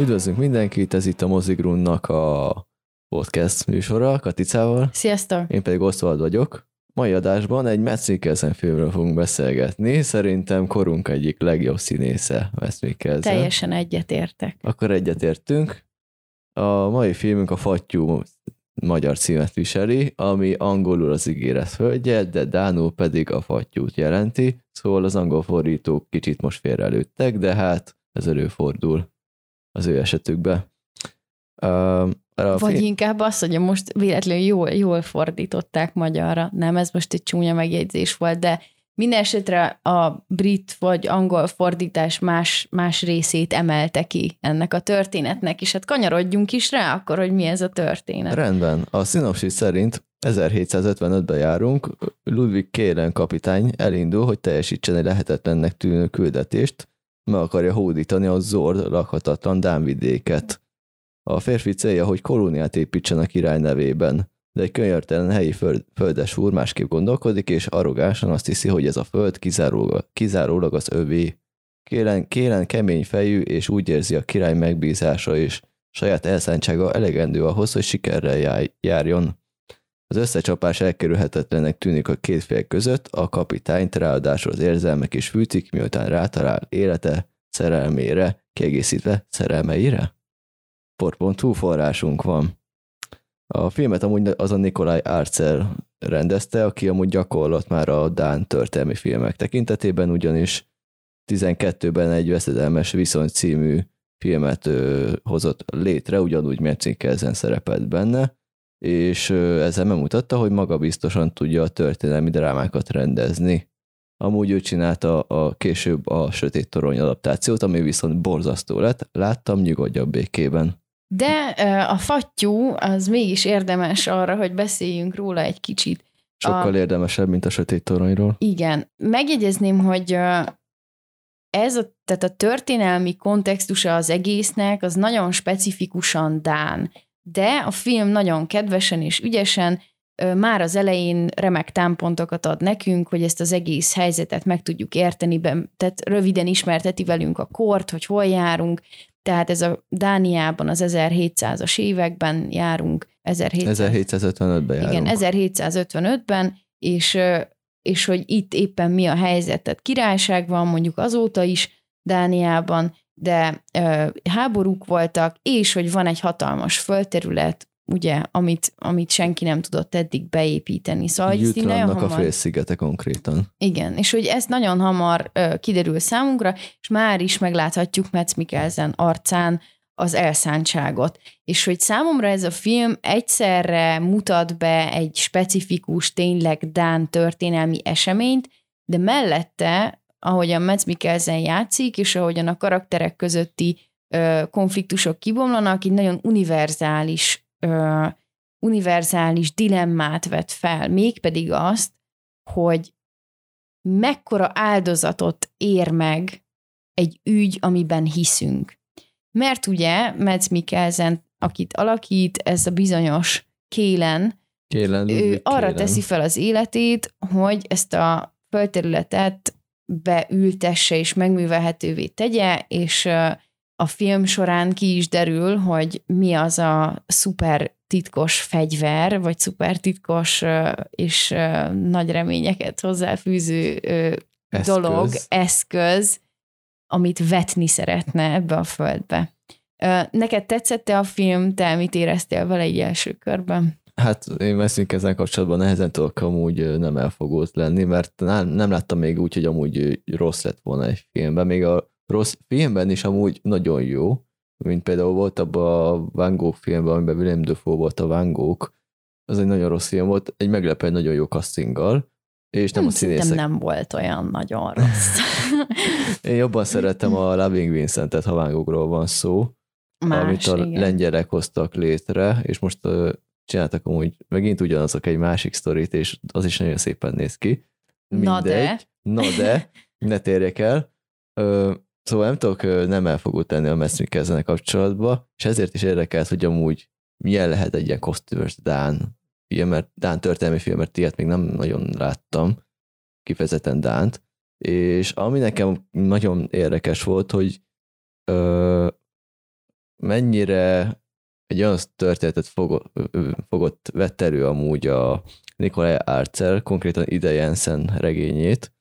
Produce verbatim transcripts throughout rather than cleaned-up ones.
Üdvözlünk mindenkit, ez itt a Mozigrunnak a podcast műsora, Katicával. Sziasztok! Én pedig Oswald vagyok. Mai adásban egy Mads Mikkelsen filmről fogunk beszélgetni. Szerintem korunk egyik legjobb színésze Mads Mikkelsen. Teljesen egyetértek. Akkor egyetértünk. A mai filmünk a Fattyú magyar címet viseli, ami angolul az ígéret földje, de dánul pedig a fattyút jelenti. Szóval az angol fordítók kicsit most félrelőttek, de hát ez előfordul az ő esetükben. Uh, Vagy film... inkább az, hogy most véletlenül jól, jól fordították magyarra. Nem, ez most egy csúnya megjegyzés volt, de minden esetre a brit vagy angol fordítás más, más részét emelte ki ennek a történetnek, és hát kanyarodjunk is rá akkor, hogy mi ez a történet. Rendben. A szinopszis szerint ezerhétszázötvenötben járunk, Ludwig Kélen kapitány elindul, hogy teljesítsen egy lehetetlennek tűnő küldetést, meg akarja hódítani a Zord lakhatatlan dánvidéket. A férfi célja, hogy kolóniát építsen a király nevében, de egy könyörtelen helyi föld, földes úr másképp gondolkodik, és arrogánsan azt hiszi, hogy ez a föld kizárólag, kizárólag az övé. Kélen, Kélen kemény fejű, és úgy érzi, a király megbízása és saját elszántsága elegendő ahhoz, hogy sikerrel járjon. Az összecsapás elkerülhetetlennek tűnik a két fél között, a kapitányt ráadásul az érzelmek is fűtik, miután rátalál élete, szerelmére, kiegészítve szerelmeire. port pont hu forrásunk van. A filmet amúgy az a Nikolaj Archer rendezte, aki amúgy gyakorlott már a dán történelmi filmek tekintetében, ugyanis tizenkettőben egy Veszedelmes viszony című filmet ö, hozott létre, ugyanúgy Mads Mikkelsen szerepelt benne, és ö, ezzel megmutatta, hogy maga biztosan tudja a történelmi drámákat rendezni. Amúgy ő csinálta a később a Sötét Torony adaptációt, ami viszont borzasztó lett, láttam, nyugodjabb békében. De a fattyú az mégis érdemes arra, hogy beszéljünk róla egy kicsit. Sokkal a... érdemesebb, mint a Sötét Toronyról. Igen. Megjegyezném, hogy ez a, tehát a történelmi kontextusa az egésznek, az nagyon specifikusan dán. De a film nagyon kedvesen és ügyesen már az elején remek támpontokat ad nekünk, hogy ezt az egész helyzetet meg tudjuk érteni, tehát röviden ismerteti velünk a kort, hogy hol járunk. Tehát ez a Dániában az ezerhétszázas években járunk. ezerhétszázötvenötben járunk. Igen, ezerhétszázötvenötben, és, és hogy itt éppen mi a helyzet. Tehát királyság van mondjuk azóta is Dániában, de ö, háborúk voltak, és hogy van egy hatalmas földterület, ugye, amit, amit senki nem tudott eddig beépíteni. Szóval Jutlannak hamar... a félszigete konkrétan. Igen, és hogy ez nagyon hamar ö, kiderül számunkra, és már is megláthatjuk Mads Mikkelsen arcán az elszántságot. És hogy számomra ez a film egyszerre mutat be egy specifikus, tényleg dán történelmi eseményt, de mellette, ahogyan Mads Mikkelsen játszik, és ahogyan a karakterek közötti ö, konfliktusok kibomlanak, így nagyon univerzális Ö, univerzális dilemmát vet fel, mégpedig azt, hogy mekkora áldozatot ér meg egy ügy, amiben hiszünk. Mert ugye Mads Mikkelsen, akit alakít, ez a bizonyos Kélen, Kélen ő arra Kélen. teszi fel az életét, hogy ezt a földterületet beültesse és megművelhetővé tegye, és a film során ki is derül, hogy mi az a szuper titkos fegyver, vagy szuper titkos és nagy reményeket hozzáfűző eszköz. dolog, eszköz, amit vetni szeretne ebbe a földbe. Neked tetszett-e a film? Te mit éreztél vele egy első körben? Hát én veszünk ezen kapcsolatban nehezen tudok amúgy nem elfogult lenni, mert nem, nem láttam még úgy, hogy amúgy rossz lett volna egy filmben. Még a rossz filmben is amúgy nagyon jó, mint például volt abban a Van Gogh filmben, amiben Willem Dafoe volt a Van Gogh, az egy nagyon rossz film volt, egy meglepően nagyon jó castinggal, és nem, nem a színészek... nem volt olyan nagyon rossz. Én jobban szerettem a Loving Vincentet, ha Van Goghról van szó, Más, amit a igen. lengyelek hoztak létre, és most uh, csináltak amúgy megint ugyanazok egy másik sztorit, és az is nagyon szépen néz ki. Mindegy. Na de. Na de, ne térjek el. Uh, Szóval nem tudok nem elfogult tenni a Mads Mikkelsen kapcsolatba, és ezért is érdekelt, hogy amúgy milyen lehet egy ilyen kosztümös dán film, mert dán történelmi film, mert ilyet még nem nagyon láttam, kifejezetten dánt, és ami nekem nagyon érdekes volt, hogy ö, mennyire egy olyan történetet fogott, fogott vett elő amúgy a Nikolaj Archer, konkrétan Ida Jensen regényét,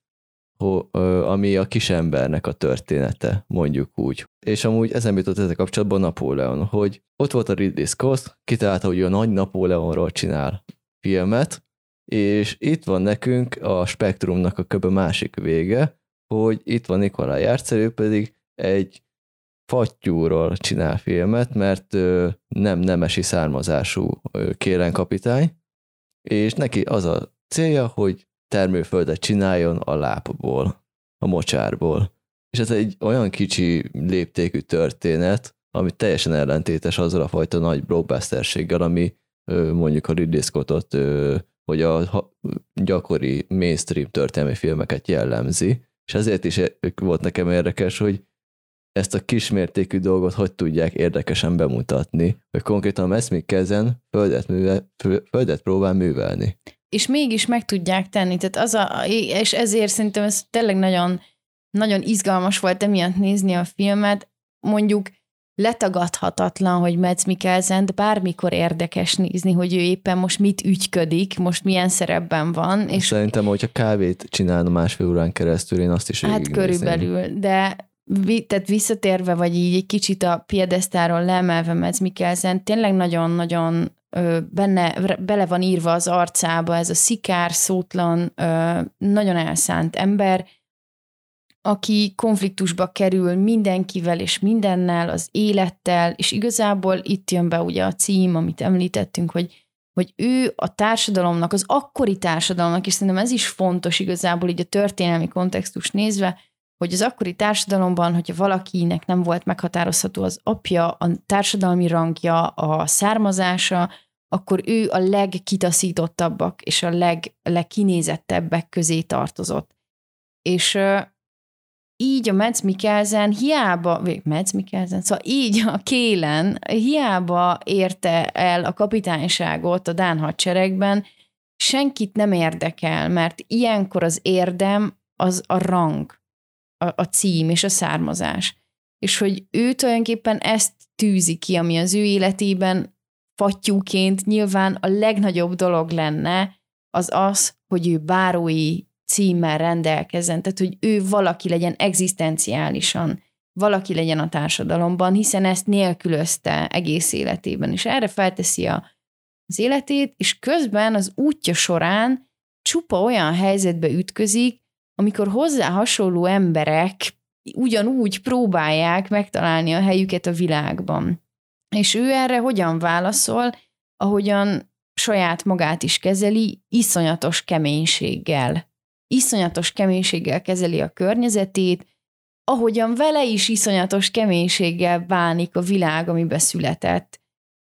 ami a kisembernek a története, mondjuk úgy. És amúgy ezen jutott ezzel kapcsolatban Napóleon, hogy ott volt a Ridley Scott, kitalálta, hogy a nagy Napóleonról csinál filmet, és itt van nekünk a spektrumnak a köbö másik vége, hogy itt van Nikolaj Archer, ő pedig egy fattyúról csinál filmet, mert ö, nem nemesi származású ö, kélenkapitány, és neki az a célja, hogy termőföldet csináljon a lápból, a mocsárból. És ez egy olyan kicsi léptékű történet, ami teljesen ellentétes azzal a fajta nagy blockbusterséggel, ami ö, mondjuk a Ridley Scottot, ö, hogy a ha, gyakori mainstream történelmi filmeket jellemzi, és ezért is volt nekem érdekes, hogy ezt a kismértékű dolgot hogy tudják érdekesen bemutatni, hogy konkrétan Mads Mikkelsen földet, művel, földet próbál művelni. És mégis meg tudják tenni, tehát az a, és ezért szerintem ez tényleg nagyon, nagyon izgalmas volt emiatt nézni a filmet, mondjuk letagadhatatlan, hogy Mads Mikkelsen-t bármikor érdekes nézni, hogy ő éppen most mit ügyködik, most milyen szerepben van. És szerintem, hogyha kávét csinálna másfél órán keresztül, én azt is hát körülbelül, de tehát visszatérve, vagy így egy kicsit a piedesztáról leemelve Mads Mikkelsen, tényleg nagyon-nagyon benne, bele van írva az arcába ez a szikár, szótlan, nagyon elszánt ember, aki konfliktusba kerül mindenkivel és mindennel, az élettel, és igazából itt jön be ugye a cím, amit említettünk, hogy, hogy ő a társadalomnak, az akkori társadalomnak, és szerintem ez is fontos igazából így a történelmi kontextus nézve, hogy az akkori társadalomban, hogyha valakinek nem volt meghatározható az apja, a társadalmi rangja, a származása, akkor ő a legkitaszítottabbak és a leg, legkinézettebbek közé tartozott. És uh, így a Mads Mikkelsen hiába, vagy Mads Mikkelsen, szóval így a Kélen hiába érte el a kapitányságot a dán hadseregben, senkit nem érdekel, mert ilyenkor az érdem az a rang, a, a cím és a származás. És hogy ő tulajdonképpen ezt tűzi ki, ami az ő életében fattyúként nyilván a legnagyobb dolog lenne, az az, hogy ő bárói címmel rendelkezzen, tehát hogy ő valaki legyen egzisztenciálisan, valaki legyen a társadalomban, hiszen ezt nélkülözte egész életében, és erre felteszi a, az életét, és közben az útja során csupa olyan helyzetbe ütközik, amikor hozzá hasonló emberek ugyanúgy próbálják megtalálni a helyüket a világban. És ő erre hogyan válaszol, ahogyan saját magát is kezeli, iszonyatos keménységgel. Iszonyatos keménységgel kezeli a környezetét, ahogyan vele is iszonyatos keménységgel bánik a világ, amiben született.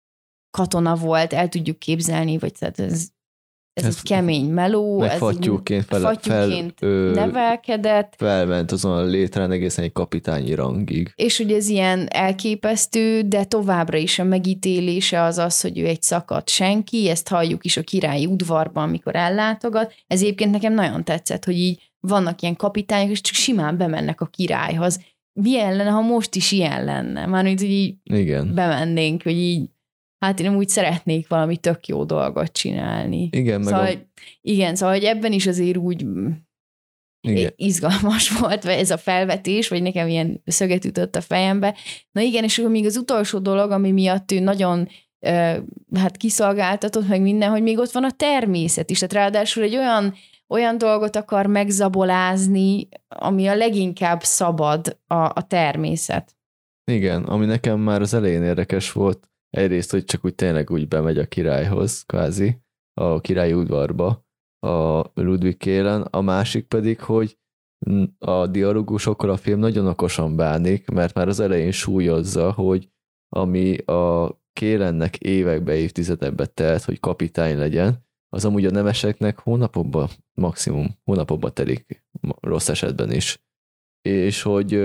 Katona volt, el tudjuk képzelni, vagy tehát ez, ez, ez egy kemény meló, ez fattyúként, fel, fattyúként fel, ö, nevelkedett. Felment azon a létrán egészen egy kapitányi rangig. És hogy ez ilyen elképesztő, de továbbra is a megítélése az az, hogy ő egy szakadt senki, ezt halljuk is a királyi udvarban, amikor ellátogat. Ez egyébként nekem nagyon tetszett, hogy így vannak ilyen kapitányok, és csak simán bemennek a királyhoz. Milyen lenne, ha most is ilyen lenne? Mármint, hogy így igen. bemennénk, hogy így hát én úgy szeretnék valami tök jó dolgot csinálni. Igen, szóval, meg a... igen, szóval hogy ebben is azért úgy igen. izgalmas volt ez a felvetés, vagy nekem ilyen szöget ütött a fejembe. Na igen, és még az utolsó dolog, ami miatt ő nagyon hát kiszolgáltatott, meg minden, hogy még ott van a természet is. Tehát ráadásul egy olyan, olyan dolgot akar megzabolázni, ami a leginkább szabad a, a természet. Igen, ami nekem már az elején érdekes volt, egyrészt, hogy csak úgy tényleg úgy bemegy a királyhoz, kvázi, a királyi udvarba, a Ludwig Kélen, a másik pedig, hogy a dialógusokkal a film nagyon okosan bánik, mert már az elején súlyozza, hogy ami a Kélennek évekbe, évtizedekbe telt, hogy kapitány legyen, az amúgy a nemeseknek hónapokban, maximum hónapokban telik, rossz esetben is. És hogy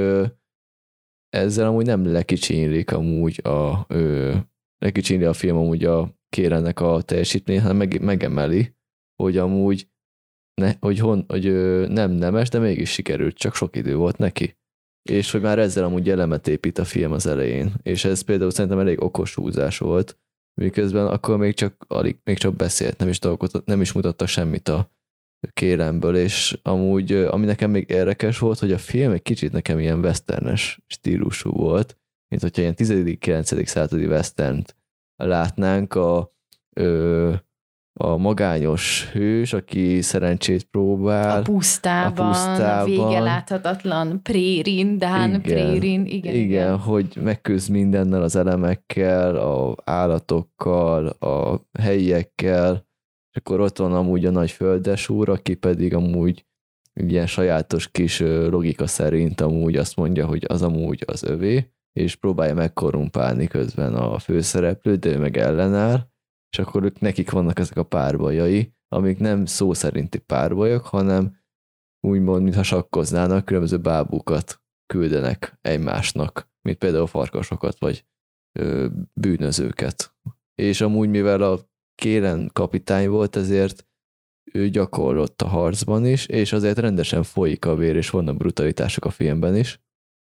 ezzel amúgy nem lekicsinlik amúgy a lekicsinli a film amúgy a Kélennek a teljesítmény, hanem meg, megemeli, hogy amúgy ne, hogy, hon, hogy nem nemes, de mégis sikerült, csak sok idő volt neki. és hogy már ezzel amúgy elemet épít a film az elején. És ez például szerintem elég okos húzás volt, miközben akkor még csak, alig, még csak beszélt, nem is, dolgozott, nem is mutatta semmit a Kélemből, és amúgy, ami nekem még érdekes volt, hogy a film egy kicsit nekem ilyen westernes stílusú volt, mint hogyha ilyen tizedik-kilencedik századi westernt látnánk, a, ö, a magányos hős, aki szerencsét próbál. A pusztában, a, pusztában, a vége láthatatlan prérin, Dán igen, prérin. Igen, igen, igen, hogy megküzd mindennel, az elemekkel, az állatokkal, a helyiekkel, és akkor ott van amúgy a nagy földesúr, aki pedig amúgy ilyen sajátos kis logika szerint amúgy azt mondja, hogy az amúgy az övé, és próbálja megkorrumpálni közben a főszereplőt, de ő meg ellenáll, és akkor ők, nekik vannak ezek a párbajai, amik nem szó szerinti párbajok, hanem úgymond, mintha sakkoznának, különböző bábukat küldenek egymásnak, mint például farkasokat, vagy ö, bűnözőket. És amúgy, mivel a Kélen kapitány volt, ezért ő gyakorlott a harcban is, és azért rendesen folyik a vér, és vannak brutalitások a filmben is,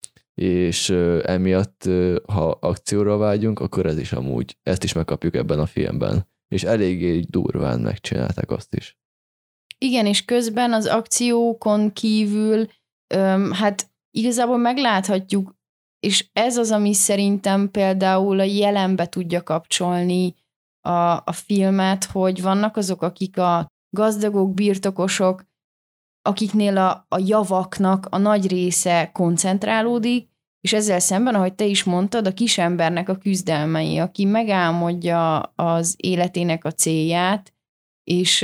és uh, emiatt, uh, ha akcióra vágyunk, akkor ez is amúgy, ezt is megkapjuk ebben a filmben, és eléggé durván megcsinálták azt is. Igen, és közben az akciókon kívül, öm, hát igazából megláthatjuk, és ez az, ami szerintem például a jelenbe tudja kapcsolni a, a filmet, hogy vannak azok, akik a gazdagok, birtokosok, akiknél a, a javaknak a nagy része koncentrálódik, és ezzel szemben, ahogy te is mondtad, a kisembernek a küzdelmei, aki megálmodja az életének a célját, és,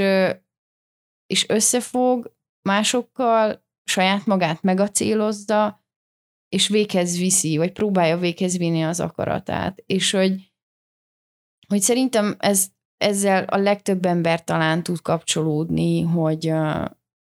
és összefog másokkal, saját magát megacélozza, és véghez viszi, vagy próbálja véghez vinni az akaratát. És hogy, hogy szerintem ez, ezzel a legtöbb ember talán tud kapcsolódni, hogy uh,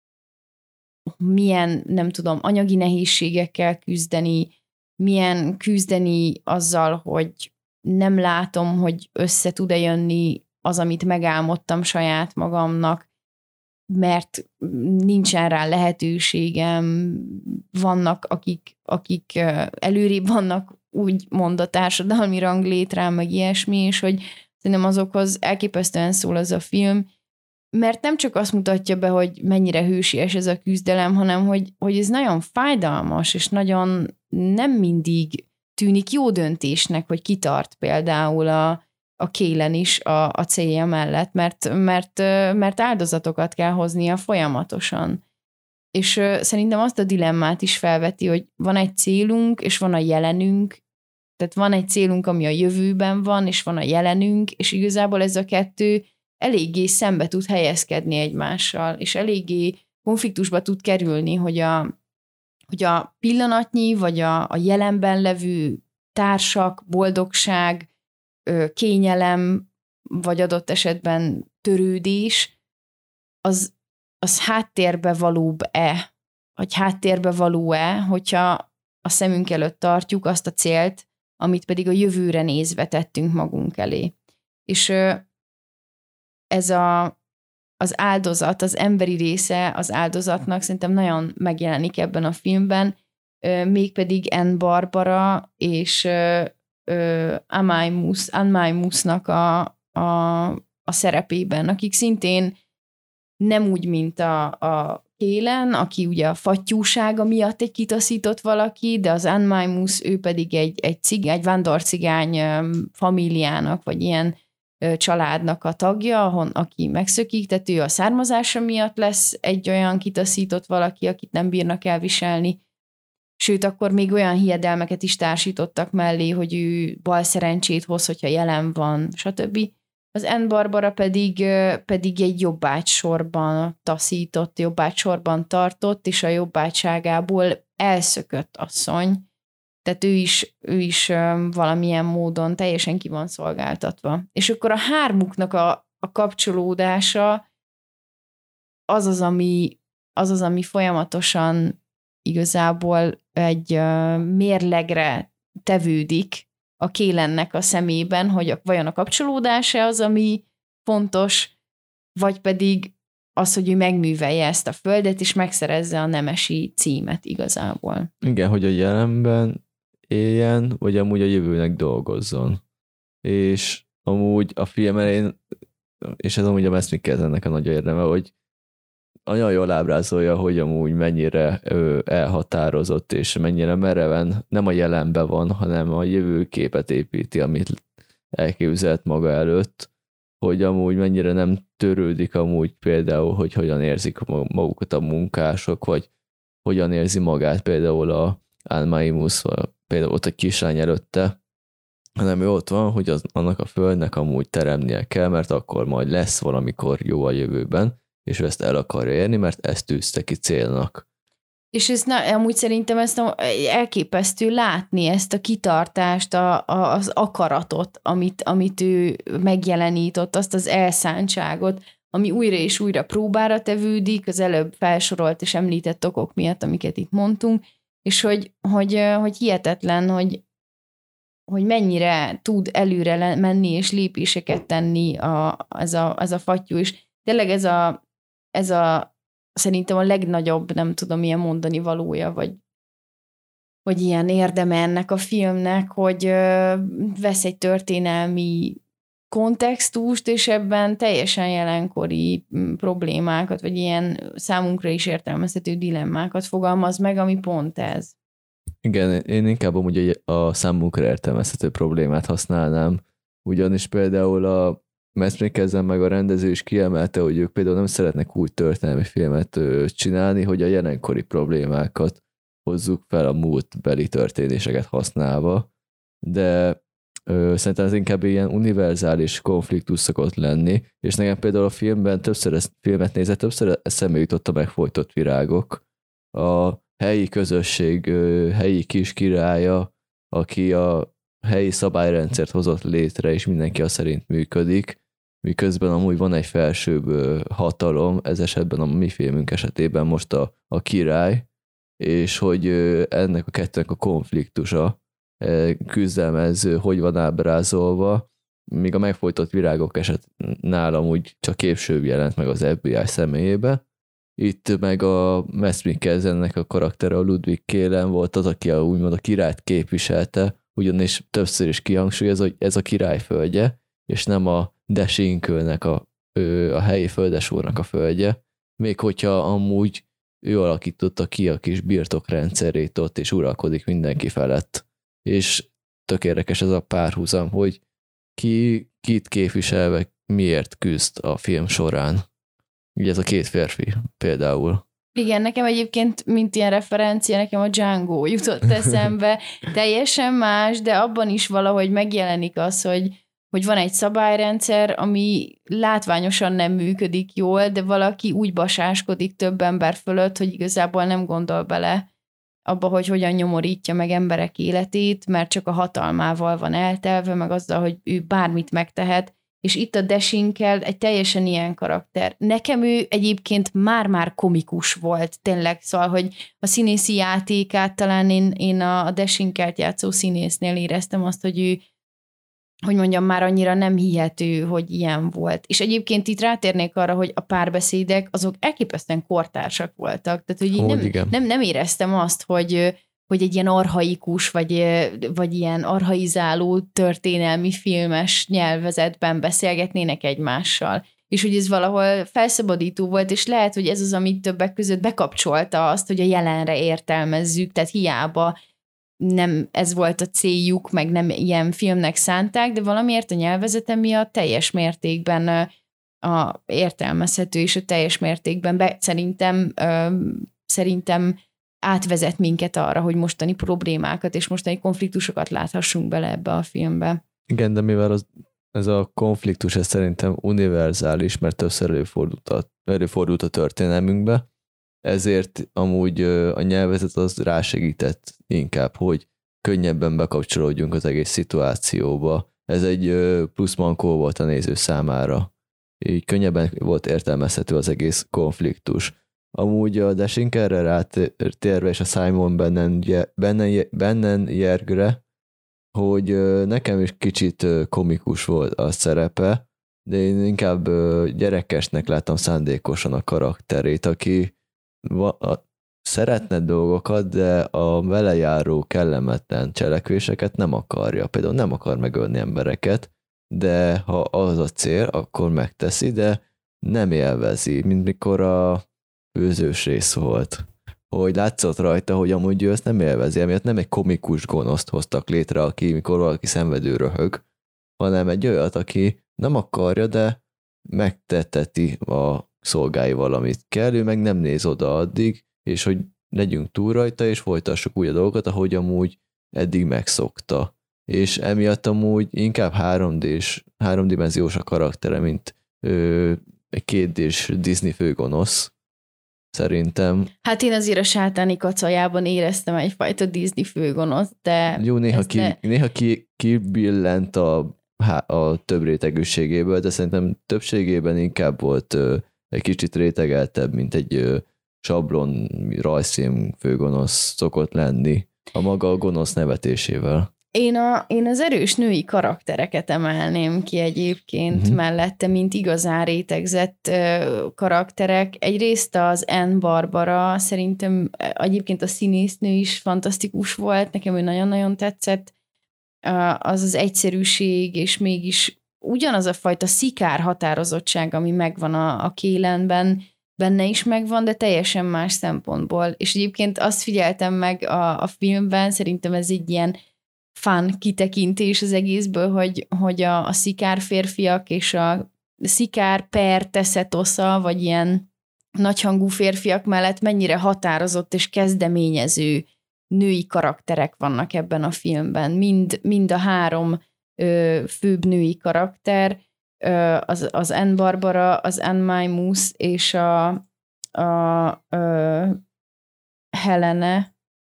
milyen, nem tudom, anyagi nehézségekkel küzdeni, milyen küzdeni azzal, hogy nem látom, hogy össze tud-e jönni az, amit megálmodtam saját magamnak, mert nincsen rá lehetőségem, vannak, akik, akik előrébb vannak, úgymond a társadalmi ranglétrán, meg ilyesmi, és hogy szerintem azokhoz elképesztően szól az a film, mert nem csak azt mutatja be, hogy mennyire hősies ez a küzdelem, hanem hogy, hogy ez nagyon fájdalmas, és nagyon nem mindig tűnik jó döntésnek, hogy kitart például a, a Kélen is a, a célja mellett, mert, mert, mert áldozatokat kell hoznia folyamatosan. És szerintem azt a dilemmát is felveti, hogy van egy célunk, és van a jelenünk, tehát van egy célunk, ami a jövőben van, és van a jelenünk, és igazából ez a kettő eléggé szembe tud helyezkedni egymással, és eléggé konfliktusba tud kerülni, hogy a, hogy a pillanatnyi, vagy a, a jelenben levő társak, boldogság, kényelem, vagy adott esetben törődés, az, az háttérbe valóbb-e, vagy háttérbe való-e, hogyha a szemünk előtt tartjuk azt a célt, amit pedig a jövőre nézve tettünk magunk elé. És ez a, az áldozat, az emberi része az áldozatnak szerintem nagyon megjelenik ebben a filmben, mégpedig Ann Barbara és Anmaimusnak a, a, a szerepében, akik szintén nem úgy, mint a, a Kélen, aki ugye a fattyúsága miatt egy kitaszított valaki, de az Anmaimus, ő pedig egy, egy, cigány, egy vándorcigány famíliának, vagy ilyen családnak a tagja, ahon, aki megszökik, tehát ő a származása miatt lesz egy olyan kitaszított valaki, akit nem bírnak elviselni. Sőt, akkor még olyan hiedelmeket is társítottak mellé, hogy ő bal szerencsét hoz, hogyha jelen van, stb. Az Ann Barbara pedig, pedig egy jobbágysorban taszított, jobbágysorban tartott, és a jobbágyságából elszökött asszony. Tehát ő is, ő is valamilyen módon teljesen ki van szolgáltatva. És akkor a hármuknak a, a kapcsolódása az az, ami, az az, ami folyamatosan igazából egy mérlegre tevődik a Kélennek a szemében, hogy vajon a kapcsolódása az, ami fontos, vagy pedig az, hogy ő megművelje ezt a földet, és megszerezze a nemesi címet igazából. Igen, hogy a jelenben éljen, vagy amúgy a jövőnek dolgozzon. És amúgy a film elején, és ez amúgy a Mads Mikkelsennek a nagy érdeme, hogy nagyon jól ábrázolja, hogy amúgy mennyire ő elhatározott, és mennyire mereven nem a jelenben van, hanem a jövőképet építi, amit elképzelt maga előtt, hogy amúgy mennyire nem törődik amúgy például, hogy hogyan érzik magukat a munkások, vagy hogyan érzi magát például a Almaimus, például ott a kislány előtte, hanem ő ott van, hogy az, annak a földnek amúgy teremnie kell, mert akkor majd lesz valamikor jó a jövőben, és ő ezt el akarja érni, mert ezt tűzte ki célnak. És ez na, amúgy szerintem ezt a, elképesztő látni, ezt a kitartást, a, a, az akaratot, amit, amit ő megjelenított, azt az elszántságot, ami újra és újra próbára tevődik, az előbb felsorolt és említett okok miatt, amiket itt mondtunk, és hogy, hogy, hogy hihetetlen, hogy, hogy mennyire tud előre menni és lépéseket tenni a, ez, a, ez a fattyú, és tényleg ez a, ez a szerintem a legnagyobb, nem tudom, ilyen mondani valója, vagy, vagy ilyen érdeme ennek a filmnek, hogy ö, vesz egy történelmi kontextust, és ebben teljesen jelenkori problémákat, vagy ilyen számunkra is értelmezhető dilemmákat fogalmaz meg, ami pont ez. Igen, én inkább amúgy a számunkra értelmezhető problémát használnám, ugyanis például a Mads Mikkelsen meg a rendező is kiemelte, hogy ők például nem szeretnek úgy történelmi filmet csinálni, hogy a jelenkori problémákat hozzuk fel a múltbeli történéseket használva, de ö, szerintem ez inkább ilyen univerzális konfliktus szokott lenni, és nekem például a filmben többször ezt, filmet nézett, többször eszembe jutott a Megfojtott virágok. A helyi közösség ö, helyi kis királya, aki a helyi szabályrendszert hozott létre, és mindenki azt szerint működik, miközben amúgy van egy felsőbb hatalom, ez esetben a mi filmünk esetében most a, a király, és hogy ennek a kettőnek a konfliktusa, küzdelmező, hogy van ábrázolva, míg a Megfojtott virágok eset nálam úgy csak később jelent meg az ef bé i személyébe. Itt meg a Mads Mikkelsennek a karaktere, a Ludwig Kehlen volt az, aki a, úgymond a királyt képviselte, ugyanis többször is kihangsúlyozza, hogy ez a király földje, és nem a Desinkölnek a, a helyi földesúrnak a földje, még hogyha amúgy ő alakította ki a kis birtokrendszerét ott, és uralkodik mindenki felett. És tök érdekes ez a párhuzam, hogy ki kit képviselve miért küzd a film során. Ugye ez a két férfi például. Igen, nekem egyébként, mint ilyen referencia, nekem a Django jutott eszembe. Teljesen más, de abban is valahogy megjelenik az, hogy, hogy van egy szabályrendszer, ami látványosan nem működik jól, de valaki úgy basáskodik több ember fölött, hogy igazából nem gondol bele abba, hogy hogyan nyomorítja meg emberek életét, mert csak a hatalmával van eltelve, meg azzal, hogy ő bármit megtehet, és itt a Desinkel egy teljesen ilyen karakter. Nekem ő egyébként már-már komikus volt, tényleg, szóval, hogy a színészi játékát talán én, én a Desinkelt játszó színésznél éreztem azt, hogy ő, hogy mondjam, már annyira nem hihető, hogy ilyen volt. És egyébként itt rátérnék arra, hogy a párbeszédek azok elképesztően kortársak voltak. Tehát, hogy így nem, nem, nem éreztem azt, hogy hogy egy ilyen archaikus, vagy, vagy ilyen archaizáló történelmi filmes nyelvezetben beszélgetnének egymással. És hogy ez valahol felszabadító volt, és lehet, hogy ez az, amit többek között bekapcsolta azt, hogy a jelenre értelmezzük, tehát hiába nem ez volt a céljuk, meg nem ilyen filmnek szánták, de valamiért a nyelvezete miatt teljes mértékben a értelmezhető, és a teljes mértékben be, szerintem, szerintem átvezet minket arra, hogy mostani problémákat és mostani konfliktusokat láthassunk bele ebbe a filmbe. Igen, de mivel az, ez a konfliktus ez szerintem univerzális, mert többször előfordult a, előfordult a történelmünkbe, ezért amúgy a nyelvezet az rásegített inkább, hogy könnyebben bekapcsolódjunk az egész szituációba. Ez egy plusz mankó volt a néző számára. Így könnyebben volt értelmezhető az egész konfliktus. Amúgy a Desinkelre rátérve és a Simon Bennenjergre, hogy nekem is kicsit komikus volt a szerepe, de én inkább gyerekesnek láttam szándékosan a karakterét, aki va- a, szeretne dolgokat, de a vele járó kellemetlen cselekvéseket nem akarja. Például nem akar megölni embereket, de ha az a cél, akkor megteszi, de nem élvezi, mint mikor a főzős rész volt. Hogy látszott rajta, hogy amúgy ő ezt nem élvezi, emiatt nem egy komikus gonoszt hoztak létre, aki mikor valaki szenvedő röhög, hanem egy olyat, aki nem akarja, de megteteti a szolgáival, amit kell, ő meg nem néz oda addig, és hogy legyünk túl rajta, és folytassuk úgy a dolgokat, ahogy amúgy eddig megszokta. És emiatt amúgy inkább három dés, háromdimenziós a karaktere, mint ö, egy kétdés Disney főgonosz, szerintem. Hát én azért a sátáni kacajában éreztem egyfajta Disney főgonosz, de... Jó, néha, ki, ne... néha ki, kibillent a, a több rétegűségéből, de szerintem többségében inkább volt ö, egy kicsit rétegeltebb, mint egy ö, sablon rajzfilm főgonosz szokott lenni a maga a gonosz nevetésével. Én, a, én az erős női karaktereket emelném ki egyébként uh-huh. mellette, mint igazán rétegzett uh, karakterek. Egyrészt az Anne Barbara, szerintem egyébként a színésznő is fantasztikus volt, nekem ő nagyon-nagyon tetszett. Uh, az az egyszerűség, és mégis ugyanaz a fajta szikár határozottság, ami megvan a, a Kélenben, benne is megvan, de teljesen más szempontból. És egyébként azt figyeltem meg a, a filmben, szerintem ez egy ilyen fun kitekintés az egészből, hogy, hogy a, a szikár férfiak és a szikár per teszetosza, vagy ilyen nagyhangú férfiak mellett mennyire határozott és kezdeményező női karakterek vannak ebben a filmben. Mind, mind a három ö, főbb női karakter, ö, az, az Anne Barbara, az Anne Maimus és a, a ö, Helene,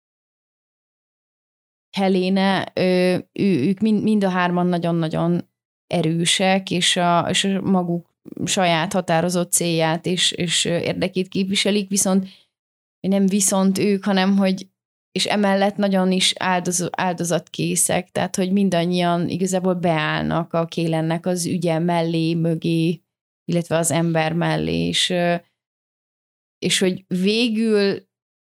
Helene, ő, ők mind, mind a hárman nagyon-nagyon erősek, és a, és a maguk saját határozott célját és, és érdekét képviselik, viszont nem viszont ők, hanem hogy és emellett nagyon is áldoz, áldozatkészek, tehát hogy mindannyian igazából beállnak a Kélennek az ügye mellé, mögé, illetve az ember mellé, és, és hogy végül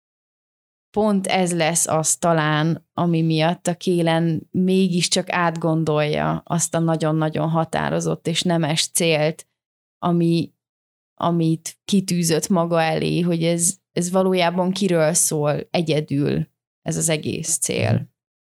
pont ez lesz az talán, ami miatt a Kélen mégiscsak átgondolja azt a nagyon-nagyon határozott és nemes célt, ami, amit kitűzött maga elé, hogy ez, ez valójában kiről szól egyedül ez az egész cél.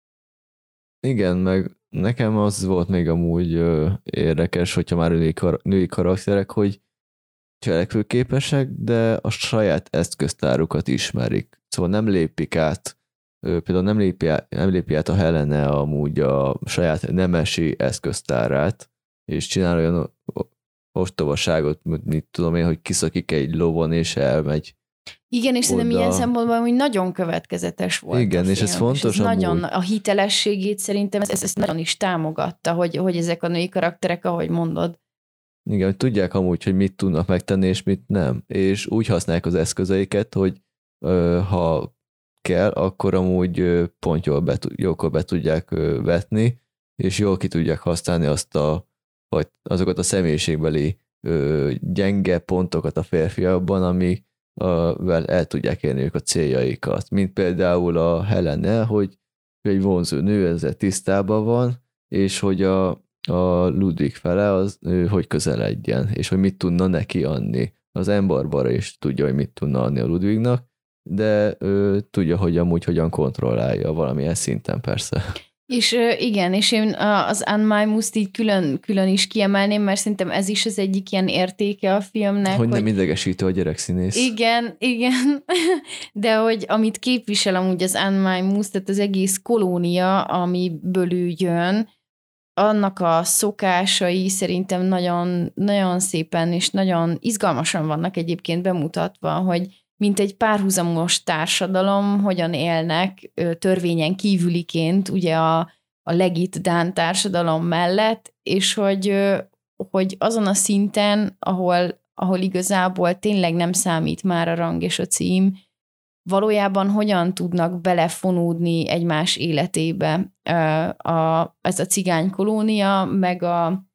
Igen, meg nekem az volt még amúgy ö, érdekes, hogyha már női, kar- női karakterek, hogy cselekvőképesek, de a saját eszköztárukat ismerik. Szóval nem lépik át, ö, például nem lépi át, nem lépi át a Helene amúgy a saját nemesi eszköztárát, és csinál olyan ostobaságot, mit tudom én, hogy kiszakik egy lovon és elmegy. Igen, és szerintem ilyen szempontból hogy nagyon következetes volt. Igen, a és film, ez fontos és ez amúgy. nagyon a hitelességét szerintem ezt, ezt nagyon is támogatta, hogy, hogy ezek a női karakterek, ahogy mondod. Igen, hogy tudják amúgy, hogy mit tudnak megtenni, és mit nem. És úgy használják az eszközeiket, hogy ö, ha kell, akkor amúgy ö, pont jól be, jókor be tudják ö, vetni, és jól ki tudják használni azt a, vagy azokat a személyiségbeli ö, gyenge pontokat a férfiakban, ami vel el tudják érni ők a céljaikat. Mint például a Helene, hogy egy vonzó nő ezzel tisztában van, és hogy a, a Ludwig fele az ő, hogy közeledjen, és hogy mit tudna neki adni. Az Anne Barbara is tudja, hogy mit tudna adni a Ludwignak, de ő tudja, hogy amúgy hogyan kontrollálja valamilyen szinten persze. És igen, és én az Anne Maimus-t így külön, külön is kiemelném, mert szerintem ez is az egyik ilyen értéke a filmnek. Hogy, hogy nem idegesítő a gyerekszínész. Igen, igen, de hogy amit képvisel amúgy az Anne Maimus, tehát az egész kolónia, amiből ő jön, annak a szokásai szerintem nagyon, nagyon szépen és nagyon izgalmasan vannak egyébként bemutatva, hogy mint egy párhuzamos társadalom, hogyan élnek törvényen kívüliként ugye a, a legit dán társadalom mellett, és hogy, hogy azon a szinten, ahol, ahol igazából tényleg nem számít már a rang és a cím, valójában hogyan tudnak belefonódni egymás életébe a, ez a cigány kolónia, meg a,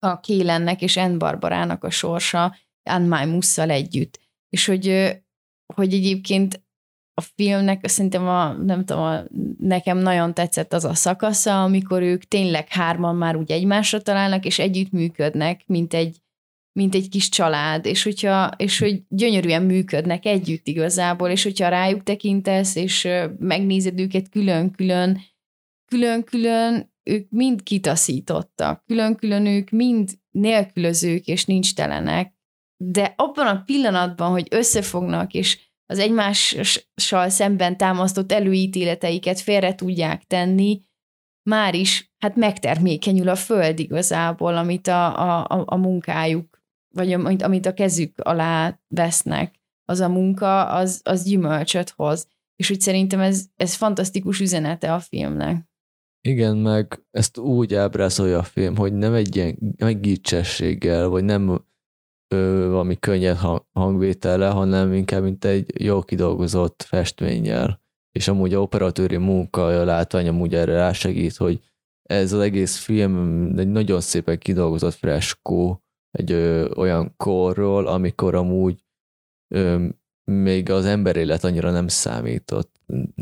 a Kélennek és Ann Barbarának a sorsa Ann-Mai-Musszal együtt. És hogy, hogy egyébként a filmnek szerintem a, nem tudom, a, nekem nagyon tetszett az a szakasza, amikor ők tényleg hárman már úgy egymásra találnak, és együttműködnek, mint egy, mint egy kis család, és, hogyha, és hogy gyönyörűen működnek együtt igazából, és hogyha rájuk tekintesz, és megnézed őket külön-külön, külön-külön ők mind kitaszítottak, külön-külön ők mind nélkülözők, és nincs telenek, de abban a pillanatban, hogy összefognak, és az egymással szemben támasztott előítéleteiket félre tudják tenni, már is hát megtermékenyül a föld igazából, amit a, a, a munkájuk, vagy amit, amit a kezük alá vesznek. Az a munka, az, az gyümölcsöt hoz. És úgy szerintem ez, ez fantasztikus üzenete a filmnek. Igen, meg ezt úgy ábrázolja a film, hogy nem egy ilyen meggicsességgel, vagy nem ö, valami könnyed hangvétele, hanem inkább mint egy jó kidolgozott festménnyel. És amúgy a operatőri munka, a látvány amúgy erre rásegít, hogy ez az egész film egy nagyon szépen kidolgozott freskó egy ö, olyan korról, amikor amúgy ö, még az emberélet annyira nem számított.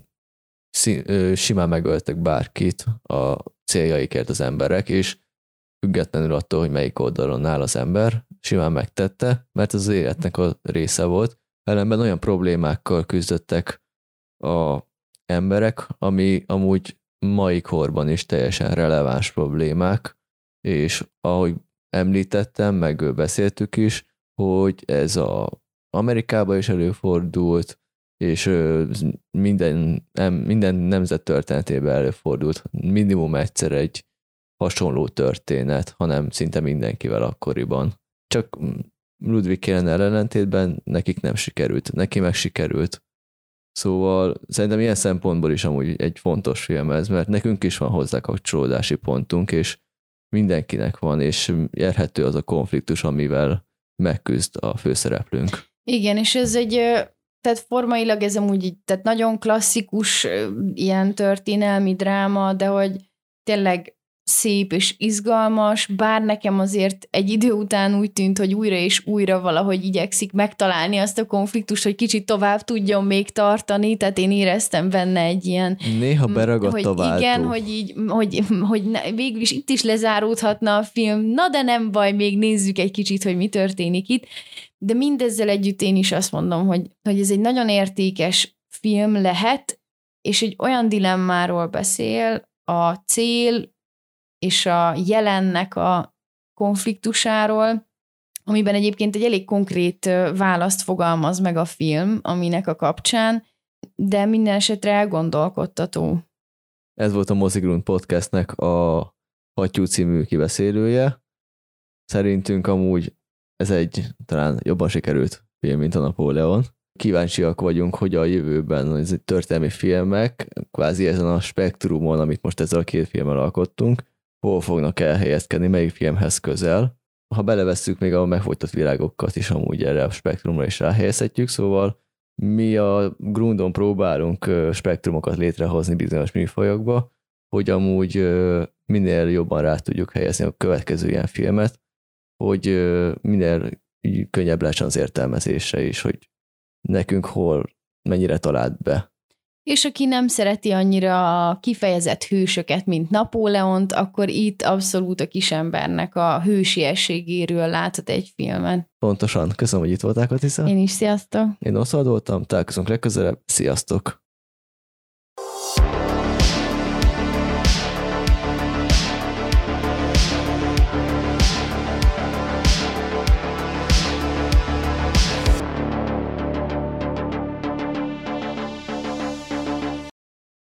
Szín, ö, simán megöltek bárkit a céljaikért az emberek, és függetlenül attól, hogy melyik oldalon áll az ember, simán megtette, mert az életnek a része volt. Ellenben olyan problémákkal küzdöttek a emberek, ami amúgy mai korban is teljesen releváns problémák, és ahogy említettem, meg beszéltük is, hogy ez a Amerikában is előfordult, és minden, minden nemzet történetében előfordult minimum egyszer egy hasonló történet, hanem szinte mindenkivel akkoriban. Csak Ludwig Kélennel ellentétben nekik nem sikerült, neki meg sikerült. Szóval szerintem ilyen szempontból is amúgy egy fontos film ez, mert nekünk is van hozzá kapcsolódási pontunk, és mindenkinek van, és érhető az a konfliktus, amivel megküzd a főszereplőnk. Igen, és ez egy, tehát formailag ez amúgy így, tehát nagyon klasszikus ilyen történelmi dráma, de hogy tényleg szép és izgalmas, bár nekem azért egy idő után úgy tűnt, hogy újra és újra valahogy igyekszik megtalálni azt a konfliktust, hogy kicsit tovább tudjon még tartani, tehát én éreztem benne egy ilyen... Néha beragadt hogy a váltó. Igen, hogy, így, hogy, hogy ne, végül is itt is lezáródhatna a film, na de nem baj, még nézzük egy kicsit, hogy mi történik itt, de mindezzel együtt én is azt mondom, hogy, hogy ez egy nagyon értékes film lehet, és egy olyan dilemmáról beszél, a cél és a jelennek a konfliktusáról, amiben egyébként egy elég konkrét választ fogalmaz meg a film, aminek a kapcsán, de minden esetre elgondolkodtató. Ez volt a Mozigrund Podcastnek a Hattyú című kibeszélője. Szerintünk amúgy ez egy talán jobban sikerült film, mint a Napóleon. Kíváncsiak vagyunk, hogy a jövőben ez egy történelmi filmek, kvázi ezen a spektrumon, amit most ezzel a két filmmel alkottunk, hol fognak elhelyezkedni, melyik filmhez közel. Ha belevesszük még a megfojtott virágokat is, amúgy erre a spektrumra is ráhelyezhetjük, szóval mi a Grundon próbálunk spektrumokat létrehozni bizonyos műfajokba, hogy amúgy minél jobban rá tudjuk helyezni a következő ilyen filmet, hogy minél könnyebb lesz az értelmezése is, hogy nekünk hol, mennyire talált be. És aki nem szereti annyira a kifejezett hősöket, mint Napóleont, akkor itt abszolút a kisembernek a hősiességéről láthat egy filmet. Pontosan. Köszönöm, hogy itt voltál, Katisza. Én is, sziasztok! Én Oszald voltam, találkozunk legközelebb. Sziasztok!